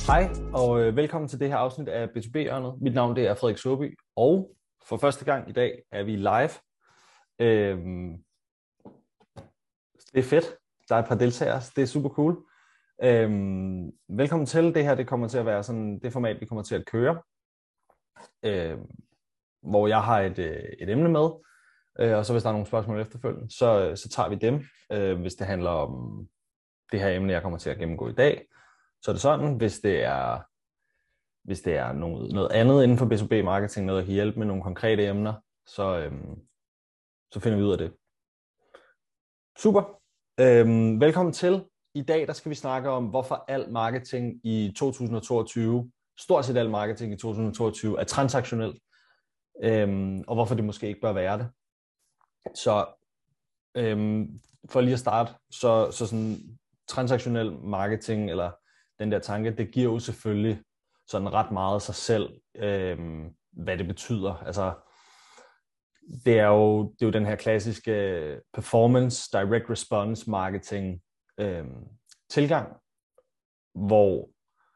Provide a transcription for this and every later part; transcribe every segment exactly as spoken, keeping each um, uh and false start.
Hej og øh, velkommen til det her afsnit af B to B-hjørnet. Mit navn det er Frederik Søby, og for første gang i dag er vi live. Øhm, det er fedt. Der er et par deltagere, det er super cool. Øhm, velkommen til. Det her det kommer til at være sådan det format, vi kommer til at køre. Øhm, hvor jeg har et, øh, et emne med, øh, og så hvis der er nogle spørgsmål efterfølgende, så, så tager vi dem. Øh, hvis det handler om det her emne, jeg kommer til at gennemgå i dag, så er det sådan. Hvis det er Hvis det er noget, noget andet inden for B to B marketing, noget der kan hjælpe med nogle konkrete emner, så, øhm, så finder vi ud af det. Super. Øhm, velkommen til. I dag der skal vi snakke om, hvorfor al marketing i to tusind og toogtyve, stort set al marketing i to tusind og toogtyve, er transaktionelt, øhm, og hvorfor det måske ikke bør være det. Så øhm, for lige at starte, så, så sådan transaktionel marketing, eller den der tanke, det giver jo selvfølgelig sådan ret meget sig selv, øh, hvad det betyder. Altså, det er jo, det er jo den her klassiske performance, direct response marketing øh, tilgang, hvor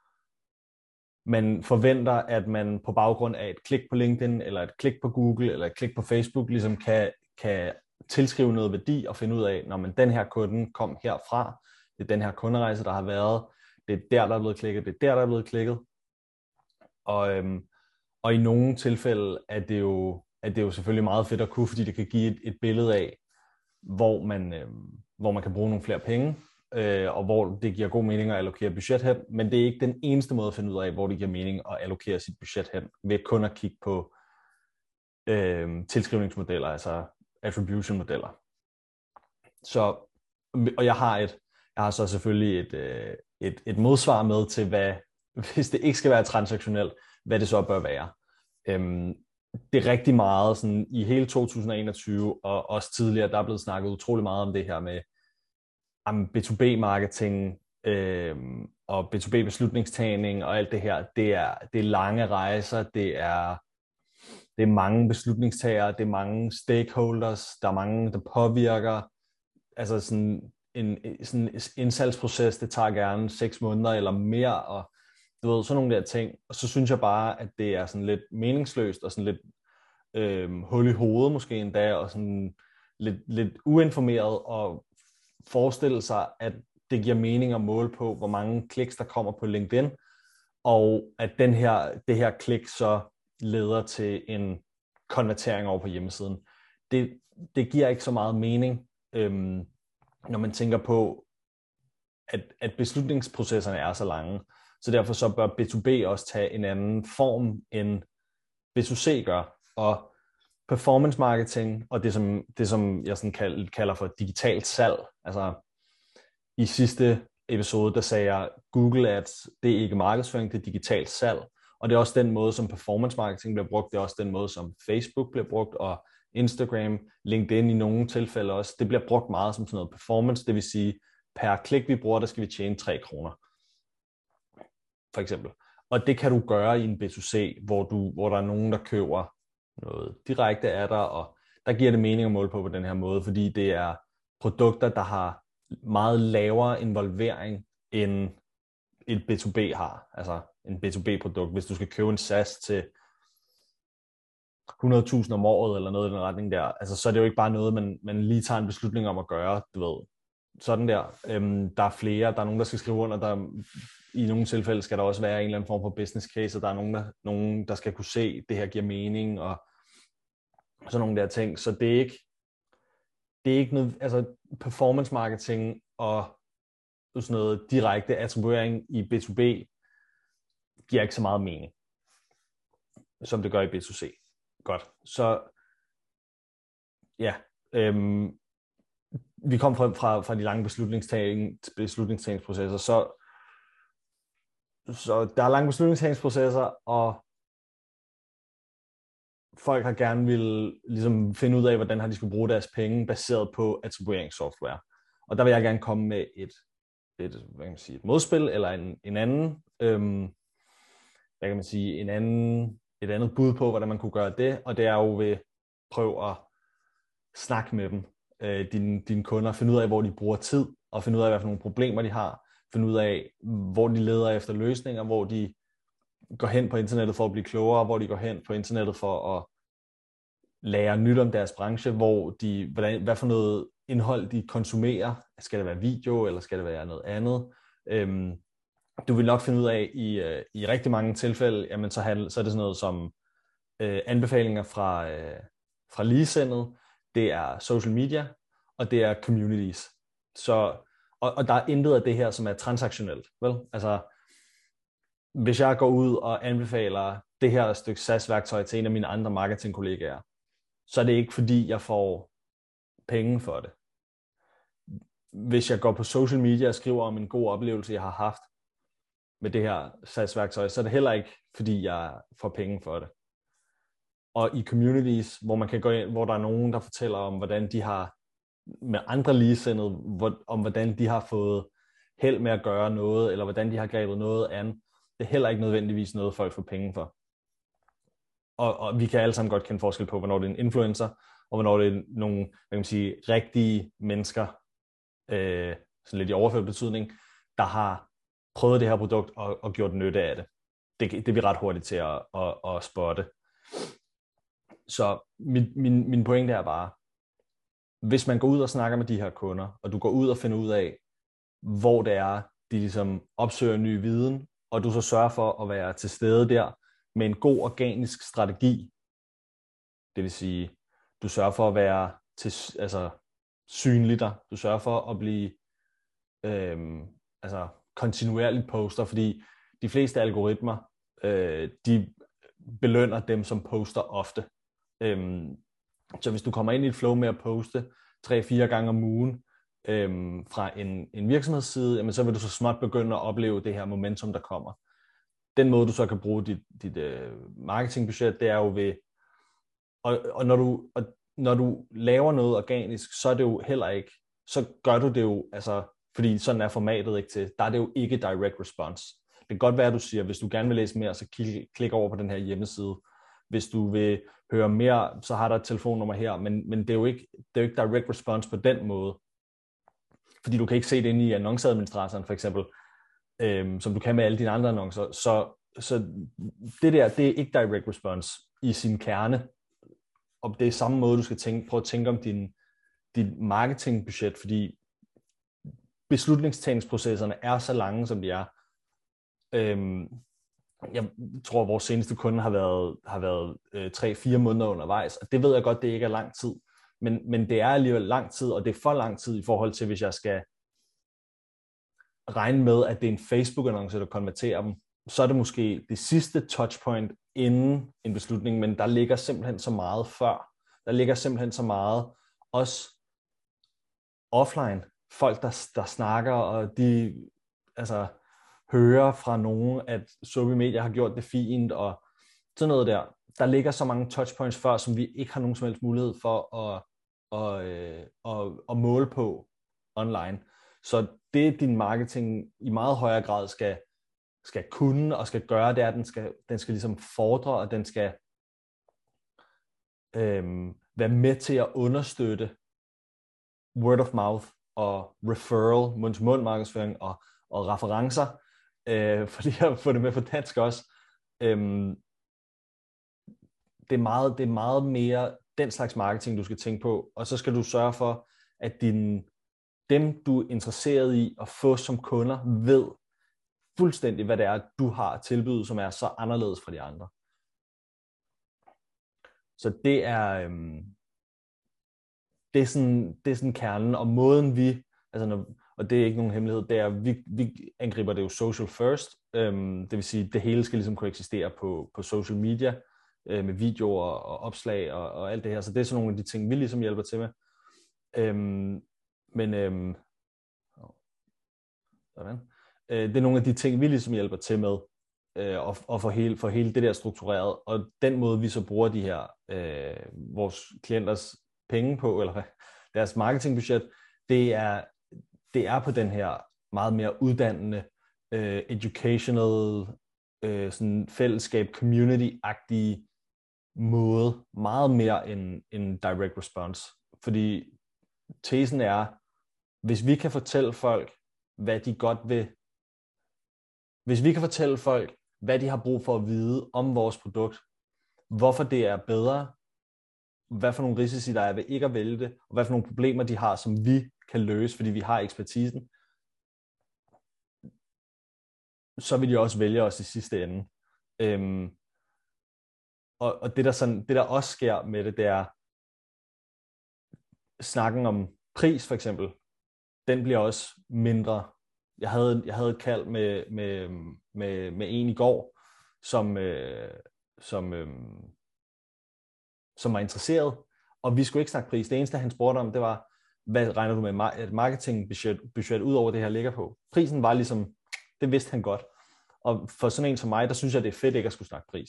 man forventer, at man på baggrund af et klik på LinkedIn, eller et klik på Google, eller et klik på Facebook, ligesom kan, kan tilskrive noget værdi og finde ud af, når man den her kunde kom herfra, det er den her kunderejse, der har været, det er der, der er blevet klikket, det er der, der er blevet klikket. Og, øhm, og i nogle tilfælde er det, jo, er det jo selvfølgelig meget fedt at kunne, fordi det kan give et, et billede af, hvor man, øhm, hvor man kan bruge nogle flere penge, øh, og hvor det giver god mening at allokere budget hen. Men det er ikke den eneste måde at finde ud af, hvor det giver mening at allokere sit budget hen, ved kun at kigge på øh, tilskrivningsmodeller, altså attribution-modeller. Så, og jeg har, et, jeg har så selvfølgelig et, øh, et, et modsvar med til, hvad hvis det ikke skal være transaktionelt, hvad det så bør være. Øhm, det er rigtig meget sådan, i hele to tusind og enogtyve, og også tidligere, der er blevet snakket utrolig meget om det her med um, B to B-marketing øhm, og B to B-beslutningstagning og alt det her. Det er, det er lange rejser, det er, det er mange beslutningstagere, det er mange stakeholders, der er mange, der påvirker. Altså sådan en sådan indsalgsproces, det tager gerne seks måneder eller mere, og du ved, sådan nogle der ting. Og så synes jeg bare, at det er sådan lidt meningsløst og sådan lidt øh, hul i hovedet måske endda, og sådan lidt, lidt uinformeret og forestille sig, at det giver mening at måle på, hvor mange kliks der kommer på LinkedIn, og at den her, det her klik så leder til en konvertering over på hjemmesiden. Det, det giver ikke så meget mening, øh, når man tænker på, at, at beslutningsprocesserne er så lange. Så derfor så bør B to B også tage en anden form, end B to C gør. Og performance marketing, og det som, det, som jeg sådan kalder for digitalt salg. Altså i sidste episode, der sagde jeg, Google Ads, det er ikke markedsføring, det er digitalt salg. Og det er også den måde, som performance marketing bliver brugt. Det er også den måde, som Facebook bliver brugt, og Instagram, LinkedIn i nogle tilfælde også. Det bliver brugt meget som sådan noget performance, det vil sige, per klik vi bruger, der skal vi tjene tre kroner. For eksempel. Og det kan du gøre i en B to C, hvor, du, hvor der er nogen, der køber noget direkte af dig, og der giver det mening at måle på på den her måde, fordi det er produkter, der har meget lavere involvering, end et B to B har. Altså en B to B-produkt. Hvis du skal købe en SaaS til hundrede tusind om året, eller noget i den retning der, altså, så er det jo ikke bare noget, man, man lige tager en beslutning om at gøre, du ved. Sådan der. Øhm, der er flere, der er nogen, der skal skrive under, der i nogle tilfælde skal der også være en eller anden form for business case, og der er nogen, der, nogen, der skal kunne se, at det her giver mening, og sådan nogle der ting. Så det er ikke, det er ikke noget, altså performance marketing og sådan noget direkte attribuering i B to B giver ikke så meget mening, som det gør i B to C. Godt. Så ja, øhm, vi kom fra, fra, fra de lange beslutningstagning, beslutningstagningsprocesser, så Så der er lange beslutningstagningsprocesser, og folk har gerne vil ligesom finde ud af, hvordan har de skulle bruge deres penge, baseret på attribueringssoftware. Og der vil jeg gerne komme med et, et, hvad kan man sige, et modspil, eller en, en anden, øhm, hvad kan man sige, en anden, et andet bud på, hvordan man kunne gøre det, og det er jo ved prøve at snakke med dem, øh, dine, dine kunder, finde ud af, hvor de bruger tid, og finde ud af, hvad for nogle problemer de har, finde ud af, hvor de leder efter løsninger, hvor de går hen på internettet for at blive klogere, hvor de går hen på internettet for at lære nyt om deres branche, hvor de, hvordan, hvad for noget indhold de konsumerer. Skal det være video, eller skal det være noget andet? Øhm, du vil nok finde ud af, i, øh, i rigtig mange tilfælde, jamen så, handler, så er det sådan noget som øh, anbefalinger fra, øh, fra ligesindet, det er social media, og det er communities. Så, og, og der er intet af det her, som er transaktionelt. Vel? Altså, hvis jeg går ud og anbefaler det her stykke SaaS-værktøj til en af mine andre marketingkollegaer, så er det ikke fordi, jeg får penge for det. Hvis jeg går på social media og skriver om en god oplevelse, jeg har haft med det her SaaS-værktøj, så er det heller ikke fordi, jeg får penge for det. Og i communities, hvor man kan gå ind, hvor der er nogen, der fortæller om, hvordan de har med andre ligesindede, om hvordan de har fået held med at gøre noget, eller hvordan de har grebet noget an, det er heller ikke nødvendigvis noget, folk får penge for. Og, og vi kan alle sammen godt kende forskel på, hvornår det er en influencer, og hvornår det er nogle, hvad kan man sige, rigtige mennesker, øh, sådan lidt i overført betydning, der har prøvet det her produkt og, og gjort nytte af det. Det, det er vi ret hurtigt til at, at, at spotte. Så min, min, min pointe er bare, hvis man går ud og snakker med de her kunder, og du går ud og finder ud af, hvor det er, de ligesom opsøger ny viden, og du så sørger for at være til stede der med en god organisk strategi, det vil sige, du sørger for at være til, altså, synlig der, du sørger for at blive øhm, altså, kontinuerligt poster, fordi de fleste algoritmer, øh, de belønner dem, som poster ofte. Øhm, så hvis du kommer ind i et flow med at poste tre-fire gange om ugen øhm, fra en, en virksomhedsside, jamen, så vil du så småt begynde at opleve det her momentum, der kommer. Den måde, du så kan bruge dit, dit uh, marketingbudget, det er jo ved, og, og, når du, og når du laver noget organisk, så er det jo heller ikke, så gør du det jo, altså, fordi sådan er formatet ikke til, der er det jo ikke direct response. Det kan godt være, at du siger, hvis du gerne vil læse mere, så klik, klik over på den her hjemmeside. Hvis du vil høre mere, så har der et telefonnummer her, men, men det, er jo ikke, det er jo ikke direct response på den måde. Fordi du kan ikke se det inde i annonceadministratoren for eksempel, øhm, som du kan med alle dine andre annoncer. Så, så det der, det er ikke direct response i sin kerne. Og det er samme måde, du skal tænke, prøve at tænke om din, dit marketingbudget, fordi beslutningstagningsprocesserne er så lange, som de er. Øhm, jeg tror, at vores seneste kunde har været, har været øh, tre-fire måneder undervejs, og det ved jeg godt, det ikke er lang tid. Men, men det er alligevel lang tid, og det er for lang tid i forhold til, hvis jeg skal regne med, at det er en Facebook-annonce, der konverterer dem, så er det måske det sidste touchpoint inden en beslutning, men der ligger simpelthen så meget før. Der ligger simpelthen så meget også offline. Folk, der, der snakker, og de altså, hører fra nogen, at social media har gjort det fint, og sådan noget der. Der ligger så mange touchpoints før, som vi ikke har nogen som helst mulighed for at, at, at, at, at måle på online. Så det, din marketing i meget højere grad skal, skal kunne og skal gøre, det er, at den skal, den skal ligesom fordre, og den skal øhm, være med til at understøtte word of mouth og referral, mund-til-mund markedsføring og, og referencer, øh, for lige at få det med på dansk også. Øhm, det, er meget, det er meget mere den slags marketing, du skal tænke på, og så skal du sørge for, at din, dem, du er interesseret i at få som kunder, ved fuldstændig, hvad det er, du har tilbydet, som er så anderledes fra de andre. Så det er, øhm, det er sådan, det er sådan kernen, og måden vi, altså når, og det er ikke nogen hemmelighed, det er, vi, vi angriber det jo social first, øhm, det vil sige, det hele skal ligesom kunne eksistere på, på social media, øh, med videoer og opslag og, og alt det her, så det er sådan nogle af de ting, vi ligesom hjælper til med. Øhm, men, øhm, sådan. Øh, det er nogle af de ting, vi ligesom hjælper til med, øh, og, og for, hele, for hele det der struktureret, og den måde, vi så bruger de her, øh, vores klienters penge på, eller deres marketingbudget, det er, det er på den her meget mere uddannende, øh, educational, øh, sådan fællesskab, community-agtige måde, meget mere end, end direct response. Fordi tesen er, hvis vi kan fortælle folk, hvad de godt vil Hvis vi kan fortælle folk, hvad de har brug for at vide om vores produkt, hvorfor det er bedre, hvad for nogle risici der er ved ikke at vælge det, og hvad for nogle problemer de har, som vi kan løse, fordi vi har ekspertisen, så vil de også vælge os i sidste ende. Øhm, og, og det der, sådan, det der også sker med det, det er snakken om pris for eksempel, den bliver også mindre. Jeg havde, jeg havde et kald med, med, med, med en i går, som, øh, som, øh, som var interesseret, og vi skulle ikke snakke pris. Det eneste, han spurgte om, det var, hvad regner du med et marketingbudget budget ud over det her ligger på? Prisen var ligesom, det vidste han godt. Og for sådan en som mig, der synes jeg, det er fedt ikke at skulle snakke pris.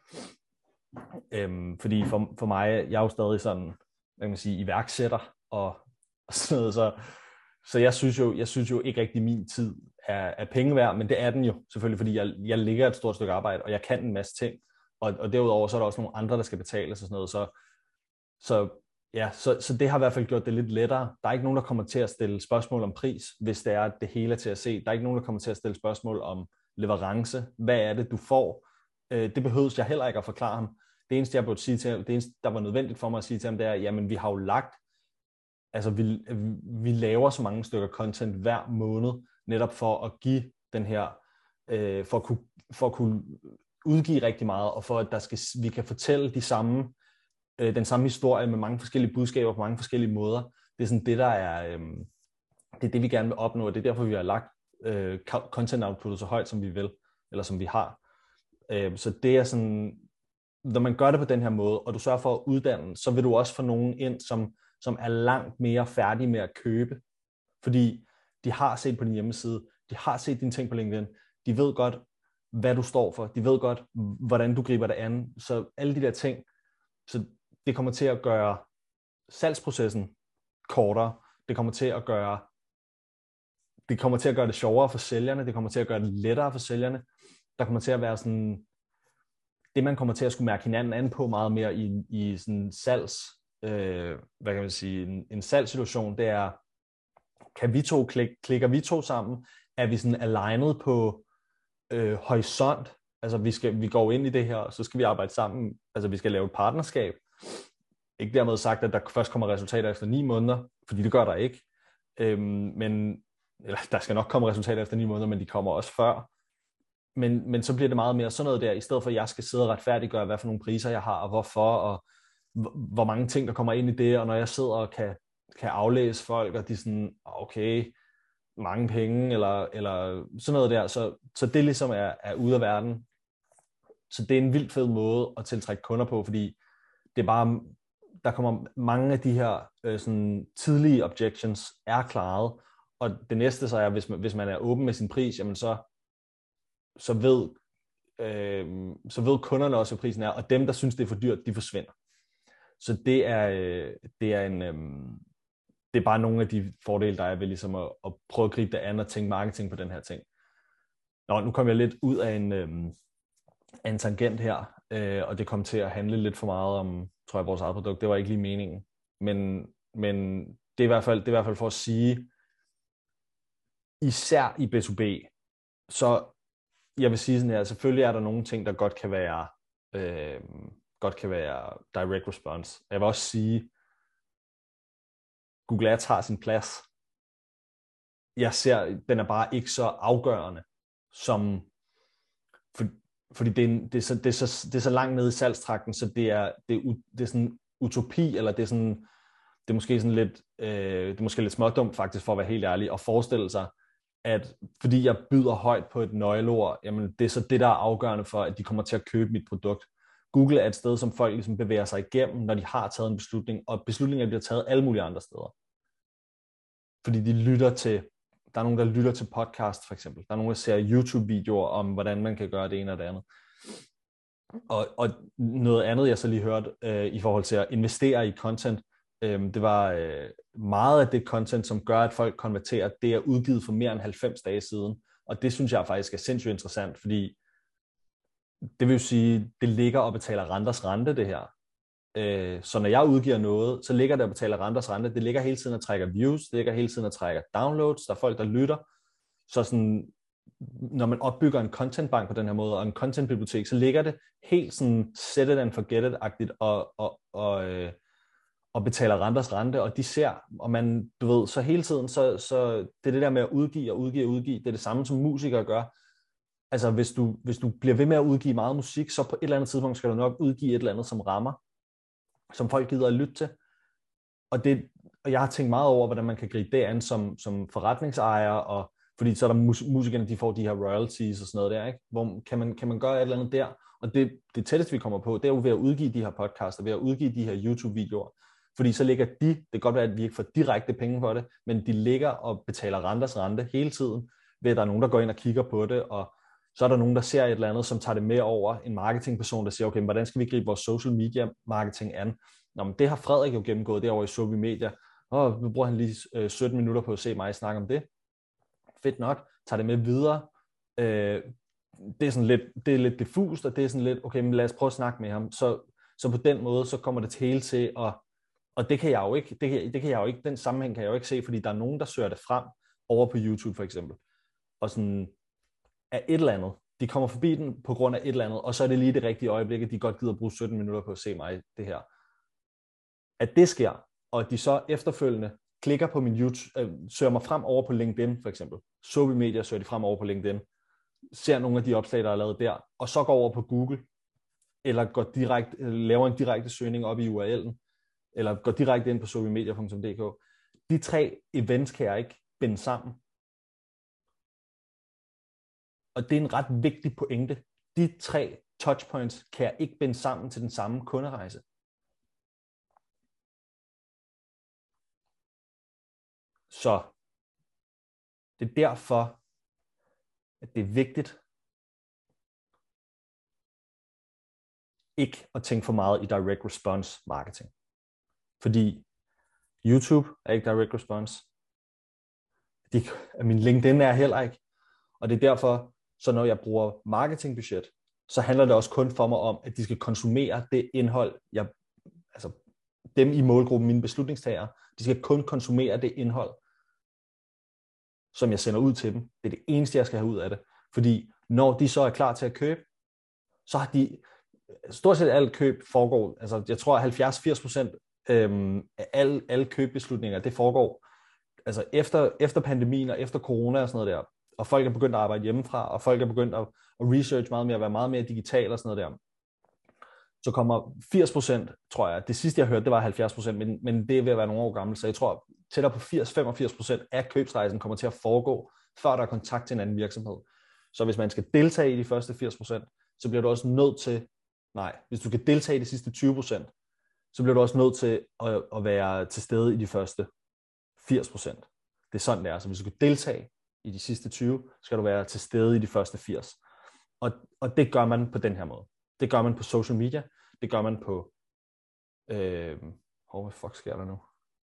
Øhm, fordi for, for mig, jeg er jo stadig sådan, hvad kan man sige, iværksætter, og, og sådan noget, så, så jeg synes jo, jeg synes jo ikke rigtig, min tid er, er penge værd, men det er den jo selvfølgelig, fordi jeg, jeg ligger et stort stykke arbejde, og jeg kan en masse ting, og, og derudover så er der også nogle andre, der skal betale og sådan noget, så, så ja, så, så det har i hvert fald gjort det lidt lettere. Der er ikke nogen, der kommer til at stille spørgsmål om pris, hvis det er det hele er til at se. Der er ikke nogen, der kommer til at stille spørgsmål om leverance. Hvad er det, du får? Øh, det behøves jeg heller ikke at forklare ham. Det eneste, jeg burde sige til ham, det eneste, der var nødvendigt for mig at sige til ham, det er, jamen vi har jo lagt, altså vi, vi laver så mange stykker content hver måned, netop for at give den her, øh, for, at kunne, for at kunne udgive rigtig meget, og for at der skal, vi kan fortælle de samme, øh, den samme historie med mange forskellige budskaber på mange forskellige måder. Det er sådan det, der er, øh, det er det, vi gerne vil opnå, og det er derfor, vi har lagt øh, content output så højt, som vi vil, eller som vi har. Øh, så det er sådan, når man gør det på den her måde, og du sørger for at uddanne, så vil du også få nogen ind, som, som er langt mere færdige med at købe, fordi de har set på din hjemmeside, de har set dine ting på LinkedIn, de ved godt, hvad du står for, de ved godt, hvordan du griber det an, så alle de der ting, så det kommer til at gøre salgsprocessen kortere, det kommer til at gøre det kommer til at gøre det sjovere for sælgerne, det kommer til at gøre det lettere for sælgerne, der kommer til at være sådan, det man kommer til at skulle mærke hinanden an på meget mere i, i sådan salgs, øh, hvad kan man sige, en, en salgssituation, det er, kan vi to klik, klikker vi to sammen, er vi sådan alignet på øh, horisont, altså vi, skal, vi går ind i det her, og så skal vi arbejde sammen, altså vi skal lave et partnerskab, ikke dermed sagt, at der først kommer resultater efter ni måneder, fordi det gør der ikke, øhm, men, eller der skal nok komme resultater efter ni måneder, men de kommer også før, men, men så bliver det meget mere sådan noget der, i stedet for at jeg skal sidde og retfærdiggøre, hvad for nogle priser jeg har, og hvorfor, og hvor mange ting, der kommer ind i det, og når jeg sidder og kan, kan aflæse folk, og de er sådan, okay, mange penge, eller, eller sådan noget der, så, så det ligesom er, er ude af verden. Så det er en vildt fed måde at tiltrække kunder på, fordi det er bare, der kommer mange af de her øh, sådan tidlige objections er klaret, og det næste så er, hvis man, hvis man er åben med sin pris, jamen så, så, ved, øh, så ved kunderne også, hvad prisen er, og dem, der synes, det er for dyrt, de forsvinder. Så det er, øh, det er en... Øh, det er bare nogle af de fordele, der er ved ligesom at, at prøve at gribe det an og tænke marketing på den her ting. Nå, nu kom jeg lidt ud af en, øhm, en tangent her, øh, og det kom til at handle lidt for meget om, tror jeg, vores eget produkt. Det var ikke lige meningen. Men, men det, er i hvert fald, det er i hvert fald for at sige, især i B to B, så jeg vil sige sådan her, selvfølgelig er der nogle ting, der godt kan være, øh, godt kan være direct response. Jeg vil også sige, Google Ads har sin plads. Jeg ser, den er bare ikke så afgørende, som, for, fordi det er, det, er så, det, er så, det er så langt nede i salgstrakten, så det er, det er, det er sådan utopi, eller det er sådan, det er måske sådan lidt, øh, det er måske lidt smådumt faktisk, for at være helt ærlig, at forestille sig, at fordi jeg byder højt på et nøgleord, jamen det er så det, der er afgørende for, at de kommer til at købe mit produkt. Google er et sted, som folk ligesom bevæger sig igennem, når de har taget en beslutning, og beslutninger bliver taget alle mulige andre steder. Fordi de lytter til, der er nogen, der lytter til podcast for eksempel. Der er nogen, der ser YouTube-videoer om, hvordan man kan gøre det ene og det andet. Og, og noget andet, jeg så lige hørte øh, i forhold til at investere i content, øh, det var øh, meget af det content, som gør, at folk konverterer, det er udgivet for mere end halvfems dage siden. Og det synes jeg faktisk er sindssygt interessant, fordi det vil jo sige, det ligger og betaler renters rente, det her. Så når jeg udgiver noget, så ligger det og betaler renters rente. Det ligger hele tiden og trækker views, det ligger hele tiden og trækker downloads, der er folk, der lytter. Så sådan, når man opbygger en contentbank på den her måde, og en contentbibliotek, så ligger det helt sådan set it and forget it-agtigt, og, og, og, øh, og betaler renters rente, og de ser, og man, du ved, så hele tiden, så, så det er det der med at udgive og udgive og udgive, det er det samme, som musikere gør. Altså, hvis du, hvis du bliver ved med at udgive meget musik, så på et eller andet tidspunkt skal du nok udgive et eller andet, som rammer, som folk gider at lytte til. Og, det, og jeg har tænkt meget over, hvordan man kan gribe det an som, som forretningsejer, og fordi så er der mus- musikerne, de får de her royalties og sådan noget der, ikke? Hvor kan man, kan man gøre et eller andet der? Og det, det tætteste, vi kommer på, det er jo ved at udgive de her podcaster, ved at udgive de her YouTube-videoer. Fordi så ligger de, det kan godt være, at vi ikke får direkte penge for det, men de ligger og betaler renters rente hele tiden, ved at der er nogen, der går ind og kigger på det, og så er der nogen, der ser et eller andet, som tager det med over, en marketingperson, der siger, okay, hvordan skal vi gribe vores social media marketing an? Nå, men det har Frederik jo gennemgået derovre i Sobi Media. Åh, nu bruger han lige øh, sytten minutter på at se mig snakke om det. Fedt nok, tager det med videre. Øh, det er sådan lidt, det er lidt diffust, og det er sådan lidt, okay, men lad os prøve at snakke med ham. Så, så på den måde, så kommer det hele til at, og det kan jeg jo ikke, det kan, det kan jeg jo ikke, den sammenhæng kan jeg jo ikke se, fordi der er nogen, der søger det frem over på YouTube for eksempel. Og sådan af et eller andet. De kommer forbi den på grund af et eller andet, og så er det lige det rigtige øjeblik, at de godt gider bruge sytten minutter på at se mig det her. At det sker, og at de så efterfølgende klikker på min YouTube, øh, søger mig frem over på LinkedIn for eksempel. Sobi Media søger de frem over på LinkedIn, ser nogle af de opslag, der er lavet der, og så går over på Google, eller går direkte, laver en direkte søgning op i U R L'en, eller går direkte ind på sobimedia punktum d k. De tre events kan jeg ikke binde sammen. Og det er en ret vigtig pointe. De tre touchpoints kan jeg ikke binde sammen til den samme kunderejse. Så det er derfor, at det er vigtigt ikke at tænke for meget i direct response marketing. Fordi YouTube er ikke direct response. De, min LinkedIn er heller ikke. Og det er derfor, så når jeg bruger marketingbudget, så handler det også kun for mig om, at de skal konsumere det indhold, jeg, altså dem i målgruppen, mine beslutningstagere, de skal kun konsumere det indhold, som jeg sender ud til dem. Det er det eneste, jeg skal have ud af det. Fordi når de så er klar til at købe, så har de, stort set alt køb foregår, altså jeg tror, at halvfjerds til firs procent øhm, af alle, alle købbeslutninger, det foregår altså efter, efter pandemien og efter corona og sådan noget der. Og folk er begyndt at arbejde hjemmefra, og folk er begyndt at, at research meget mere, at være meget mere digital og sådan noget der. Så kommer firs procent, tror jeg, det sidste jeg hørte, det var halvfjerds procent, men, men det er ved at være nogle år gammel, så jeg tror, tættere på firs til femogfirs procent af købsrejsen kommer til at foregå, før der er kontakt til en anden virksomhed. Så hvis man skal deltage i de første firs procent, så bliver du også nødt til, nej, hvis du skal deltage i de sidste tyve procent, så bliver du også nødt til at, at være til stede i de første firs procent. Det er sådan, det er. Så hvis du skal deltage i de sidste tyve, skal du være til stede i de første firs. Og, og det gør man på den her måde. Det gør man på social media. Det gør man på... Øh, oh, hvad fuck sker der nu?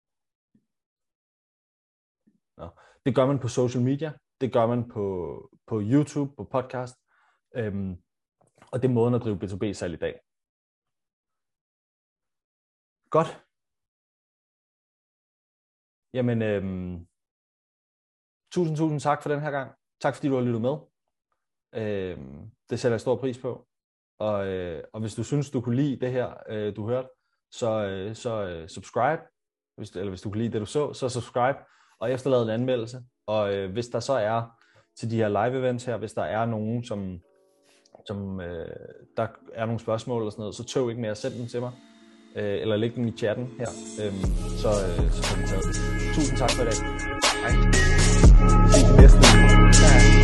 Nå. Det gør man på social media. Det gør man på, på YouTube, på podcast. Øhm, og det er måden at drive B to B-salg i dag. Godt. Jamen, øhm, tusind, tusind tak for den her gang. Tak fordi du har lyttet med. Øhm, det sætter jeg stor pris på. Og, øh, og hvis du synes, du kunne lide det her, øh, du hørte, så, øh, så øh, subscribe. Hvis, eller hvis du kunne lide det, du så, så subscribe. Og efterlad en anmeldelse. Og øh, hvis der så er til de her live events her, hvis der er nogen, som, som øh, der er nogle spørgsmål eller sådan noget, så tøv ikke med at sende dem til mig. Øh, eller læg dem i chatten her. Øh, så, øh, så får vi taget det. Tusind tak for i dag. Hej. Vi ses i næste uge. Ja.